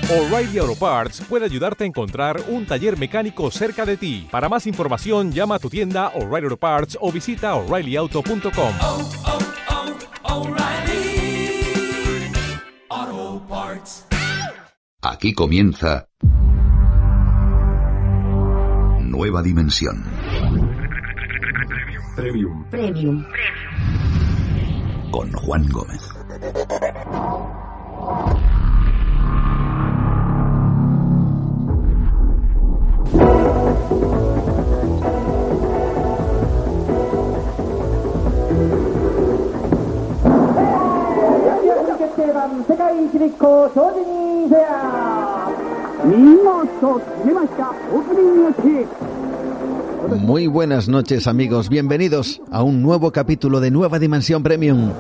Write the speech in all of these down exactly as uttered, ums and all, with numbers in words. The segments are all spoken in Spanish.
O'Reilly Auto Parts puede ayudarte a encontrar un taller mecánico cerca de ti. Para más información, llama a tu tienda O'Reilly Auto Parts o visita O'Reilly Auto punto com. Oh, oh, oh, O'Reilly Auto Parts. Aquí comienza Nueva Dimensión. Premium. Premium. Con Juan Gómez. Muy buenas noches, amigos, bienvenidos a un nuevo capítulo de Nueva Dimensión Premium.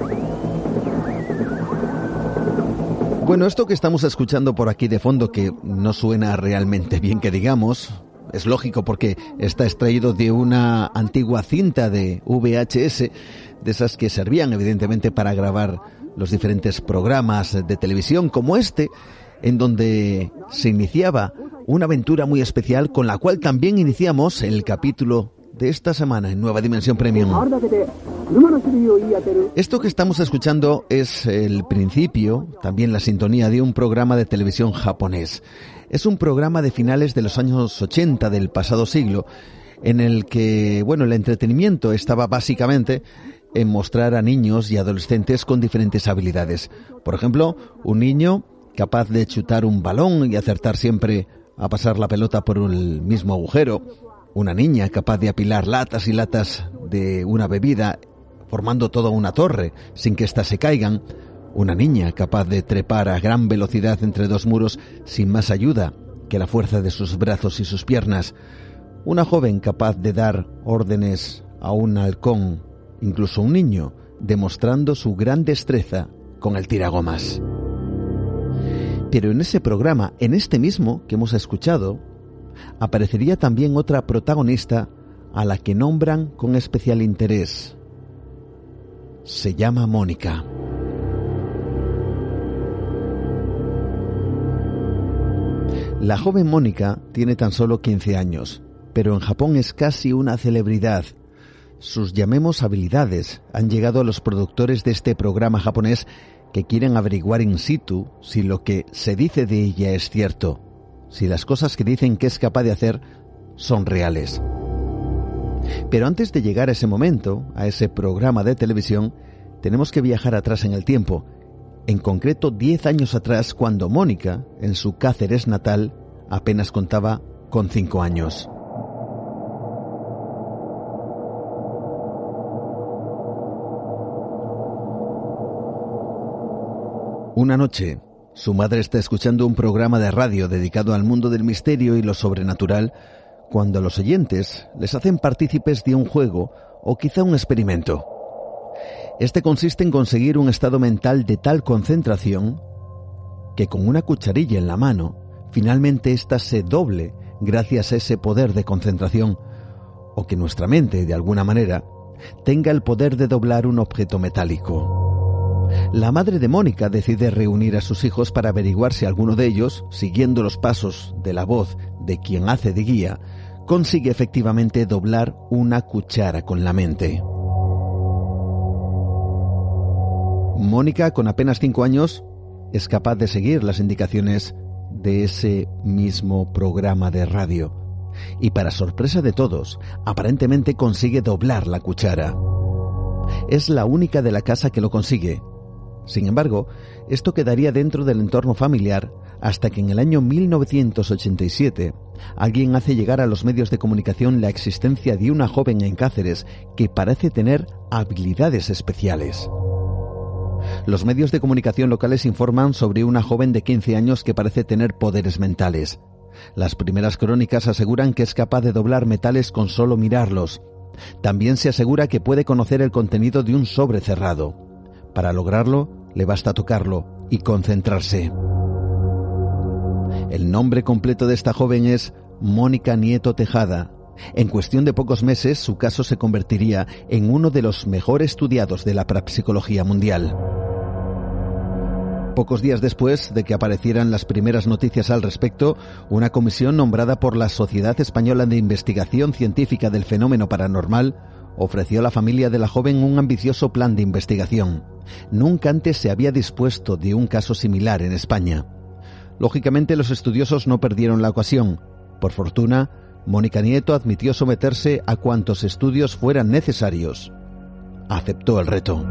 Bueno, esto que estamos escuchando por aquí de fondo, que no suena realmente bien que digamos, es lógico porque está extraído de una antigua cinta de V H S, de esas que servían evidentemente para grabar los diferentes programas de televisión como este, en donde se iniciaba una aventura muy especial con la cual también iniciamos el capítulo de esta semana en Nueva Dimensión Premium. Esto que estamos escuchando es el principio, también la sintonía de un programa de televisión japonés. Es un programa de finales de los años ochenta del pasado siglo, en el que, bueno, el entretenimiento estaba básicamente en mostrar a niños y adolescentes con diferentes habilidades. Por ejemplo, un niño capaz de chutar un balón y acertar siempre a pasar la pelota por el mismo agujero. Una niña capaz de apilar latas y latas de una bebida, formando toda una torre sin que éstas se caigan. Una niña capaz de trepar a gran velocidad entre dos muros sin más ayuda que la fuerza de sus brazos y sus piernas. Una joven capaz de dar órdenes a un halcón, incluso un niño, demostrando su gran destreza con el tiragomas. Pero en ese programa, en este mismo que hemos escuchado, aparecería también otra protagonista a la que nombran con especial interés. Se llama Mónica. La joven Mónica tiene tan solo quince años, pero en Japón es casi una celebridad. Sus, llamemos, habilidades han llegado a los productores de este programa japonés que quieren averiguar in situ si lo que se dice de ella es cierto, si las cosas que dicen que es capaz de hacer son reales. Pero antes de llegar a ese momento, a ese programa de televisión, tenemos que viajar atrás en el tiempo, en concreto diez años atrás, cuando Mónica, en su Cáceres natal, apenas contaba con cinco años. Una noche, su madre está escuchando un programa de radio dedicado al mundo del misterio y lo sobrenatural, cuando los oyentes les hacen partícipes de un juego o quizá un experimento. Este consiste en conseguir un estado mental de tal concentración que con una cucharilla en la mano, finalmente ésta se doble gracias a ese poder de concentración, o que nuestra mente, de alguna manera, tenga el poder de doblar un objeto metálico. La madre de Mónica decide reunir a sus hijos para averiguar si alguno de ellos, siguiendo los pasos de la voz de quien hace de guía, consigue efectivamente doblar una cuchara con la mente. Mónica, con apenas cinco años, es capaz de seguir las indicaciones de ese mismo programa de radio. Y para sorpresa de todos, aparentemente consigue doblar la cuchara. Es la única de la casa que lo consigue. Sin embargo, esto quedaría dentro del entorno familiar hasta que en el año mil novecientos ochenta y siete alguien hace llegar a los medios de comunicación la existencia de una joven en Cáceres que parece tener habilidades especiales. Los medios de comunicación locales informan sobre una joven de quince años que parece tener poderes mentales. Las primeras crónicas aseguran que es capaz de doblar metales con solo mirarlos. También se asegura que puede conocer el contenido de un sobre cerrado. Para lograrlo, le basta tocarlo y concentrarse. El nombre completo de esta joven es Mónica Nieto Tejada. En cuestión de pocos meses, su caso se convertiría en uno de los mejor estudiados de la parapsicología mundial. Pocos días después de que aparecieran las primeras noticias al respecto, una comisión nombrada por la Sociedad Española de Investigación Científica del Fenómeno Paranormal ofreció a la familia de la joven un ambicioso plan de investigación. Nunca antes se había dispuesto de un caso similar en España. Lógicamente, los estudiosos no perdieron la ocasión. Por fortuna, Mónica Nieto admitió someterse a cuantos estudios fueran necesarios. Aceptó el reto.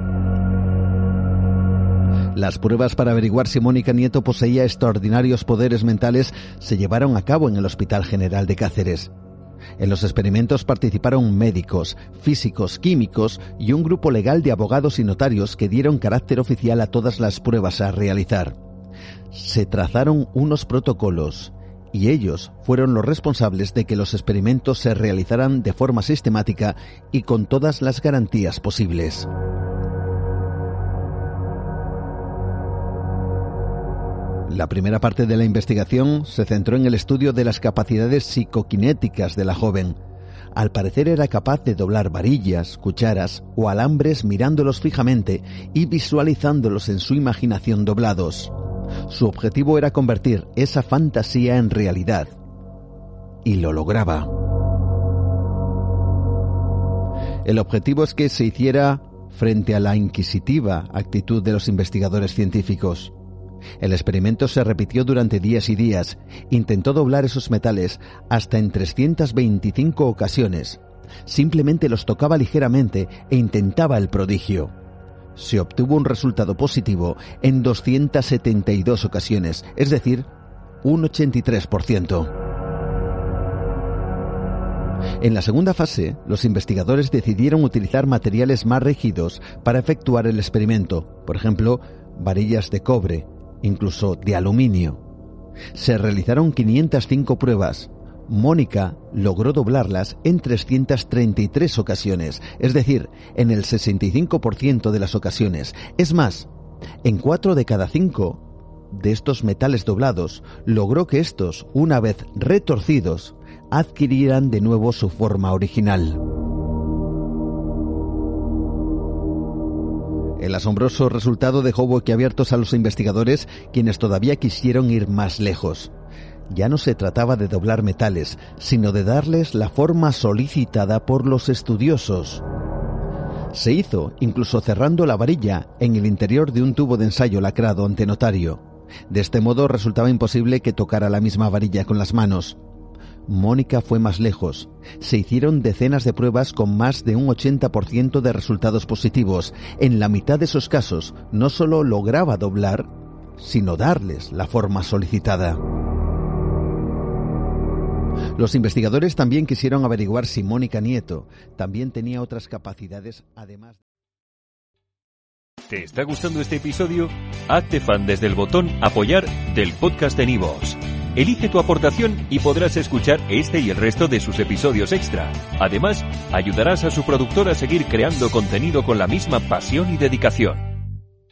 Las pruebas para averiguar si Mónica Nieto poseía extraordinarios poderes mentales se llevaron a cabo en el Hospital General de Cáceres. En los experimentos participaron médicos, físicos, químicos y un grupo legal de abogados y notarios que dieron carácter oficial a todas las pruebas a realizar. Se trazaron unos protocolos y ellos fueron los responsables de que los experimentos se realizaran de forma sistemática y con todas las garantías posibles. La primera parte de la investigación se centró en el estudio de las capacidades psicoquinéticas de la joven. Al parecer era capaz de doblar varillas, cucharas o alambres mirándolos fijamente y visualizándolos en su imaginación doblados. Su objetivo era convertir esa fantasía en realidad. Y lo lograba. El objetivo es que se hiciera frente a la inquisitiva actitud de los investigadores científicos. El experimento se repitió durante días y días. Intentó doblar esos metales hasta en trescientas veinticinco ocasiones. Simplemente los tocaba ligeramente e intentaba el prodigio. Se obtuvo un resultado positivo en doscientas setenta y dos ocasiones, es decir, un ochenta y tres por ciento. En la segunda fase, los investigadores decidieron utilizar materiales más rígidos para efectuar el experimento, por ejemplo, varillas de cobre, incluso de aluminio. Se realizaron quinientas cinco pruebas. Mónica logró doblarlas en trescientas treinta y tres ocasiones, es decir, en el sesenta y cinco por ciento de las ocasiones. Es más, en cuatro de cada cinco de estos metales doblados, logró que estos, una vez retorcidos, adquirieran de nuevo su forma original. El asombroso resultado dejó boquiabiertos a los investigadores, quienes todavía quisieron ir más lejos. Ya no se trataba de doblar metales, sino de darles la forma solicitada por los estudiosos. Se hizo incluso cerrando la varilla en el interior de un tubo de ensayo lacrado ante notario. De este modo resultaba imposible que tocara la misma varilla con las manos. Mónica fue más lejos. Se hicieron decenas de pruebas con más de un ochenta por ciento de resultados positivos. En la mitad de esos casos, no solo lograba doblar, sino darles la forma solicitada. Los investigadores también quisieron averiguar si Mónica Nieto también tenía otras capacidades además. ¿Te está gustando este episodio? Hazte fan desde el botón Apoyar del podcast de iVoox. Elige tu aportación y podrás escuchar este y el resto de sus episodios extra. Además, ayudarás a su productor a seguir creando contenido con la misma pasión y dedicación.